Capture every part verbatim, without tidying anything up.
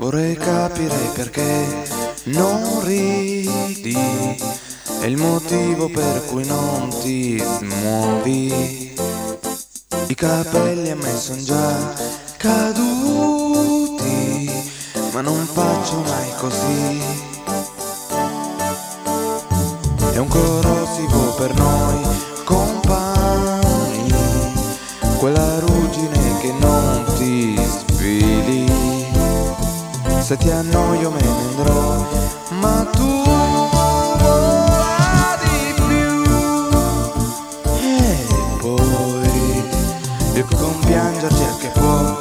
Vorrei capire perché non ridi, è il motivo per cui non ti muovi. I capelli a me son già caduti, ma non faccio mai così. È un corrosivo per noi compagni, quella ruggine che non ti sfili. Se ti annoio me ne andrò, ma tu vola di più. E poi più che compiangerti che può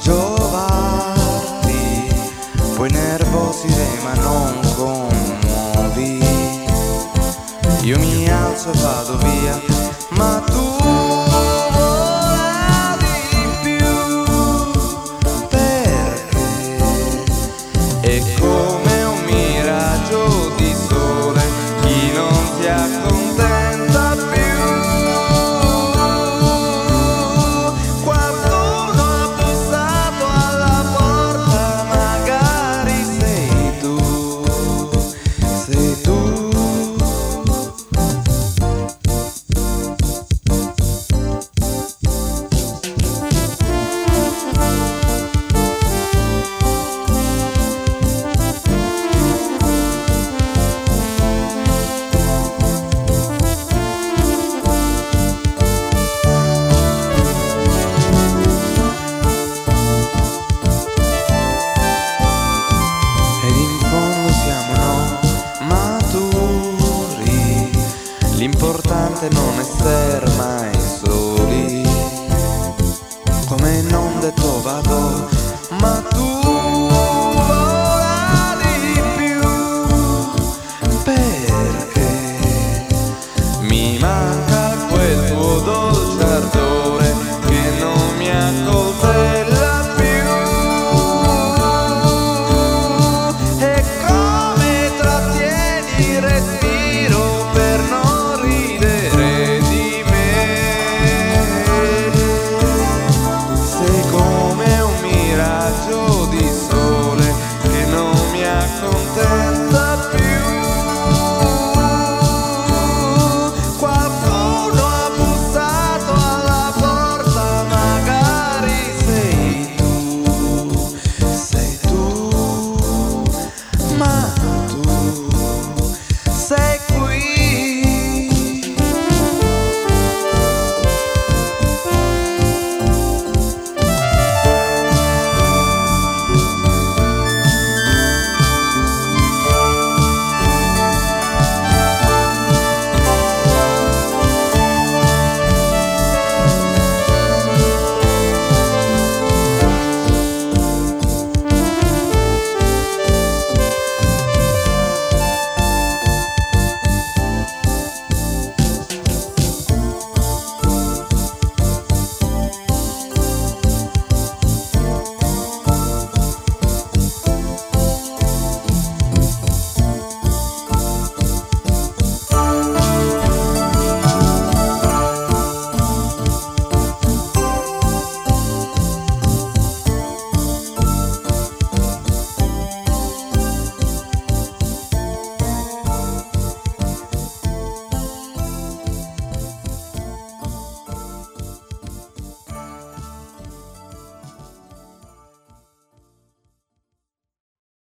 giovarti, poi nervosire ma non commuovi. Io mi alzo e vado via, ma tu vola di più. Perché è come un miraggio di sole, chi non si accontenta più. Qualcuno ha bussato alla porta, magari sei tu, sei tu. L'importante non è essere